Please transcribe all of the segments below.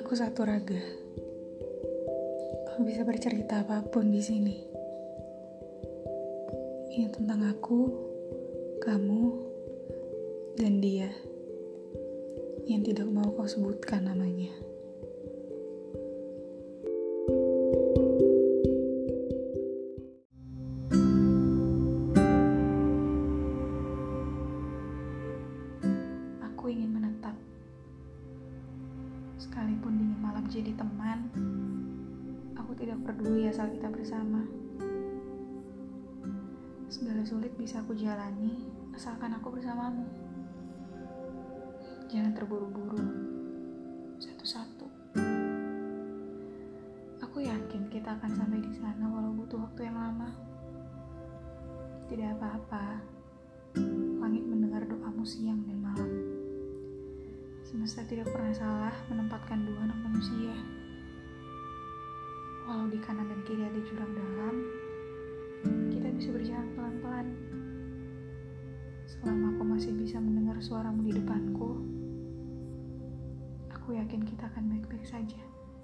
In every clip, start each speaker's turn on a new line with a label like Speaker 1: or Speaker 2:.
Speaker 1: Aku satu raga. Aku bisa bercerita apapun di sini. Ini tentang aku, kamu, dan dia yang tidak mau kau sebutkan namanya. Aku ingin menetap. Sekalipun dingin malam jadi teman, aku tidak peduli asal kita bersama. Segala sulit bisa aku jalani, asalkan aku bersamamu. Jangan terburu-buru, satu-satu. Aku yakin kita akan sampai di sana walau butuh waktu yang lama. Tidak apa-apa, langit mendengar doamu siang dan malam. Semesta tidak pernah salah menempatkan dua anak manusia. Walau di kanan dan kiri ada jurang dalam, kita bisa berjalan pelan-pelan. Selama aku masih bisa mendengar suaramu di depanku, aku yakin kita akan baik-baik saja.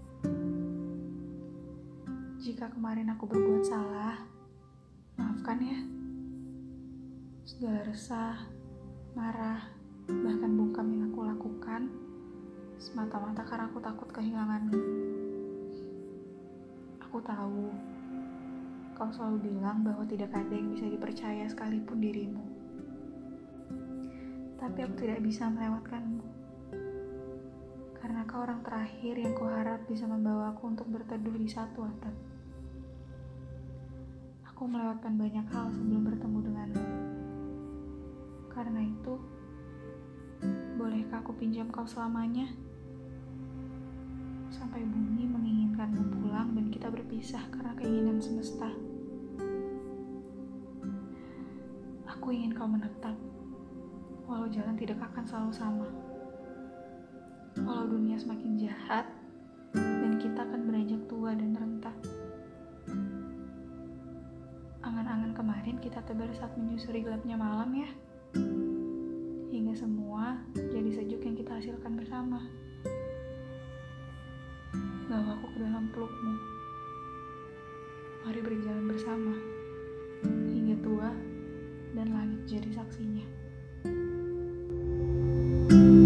Speaker 1: Jika kemarin aku berbuat salah, maafkan ya. Segala resah, marah, bahkan bungkam yang aku lakukan semata-mata karena aku takut kehilanganmu. Aku tahu kau selalu bilang bahwa tidak ada yang bisa dipercaya sekalipun dirimu. Tapi aku tidak bisa melewatkanmu. Karena kau orang terakhir yang kuharap bisa membawaku untuk berteduh di satu atap. Aku melewatkan banyak hal sebelum bertemu denganmu. Karena itu, bolehkah aku pinjam kau selamanya? Sampai bumi menginginkanmu pulang dan kita berpisah karena keinginan semesta. Aku ingin kau menetap, walau jalan tidak akan selalu sama. Walau dunia semakin jahat, dan kita akan beranjak tua dan renta. Angan-angan kemarin kita tebar saat menyusuri gelapnya malam ya. Hingga semua jadi sejuk yang kita hasilkan bersama. Bawa aku ke dalam pelukmu. Mari berjalan bersama hingga tua dan langit jadi saksinya.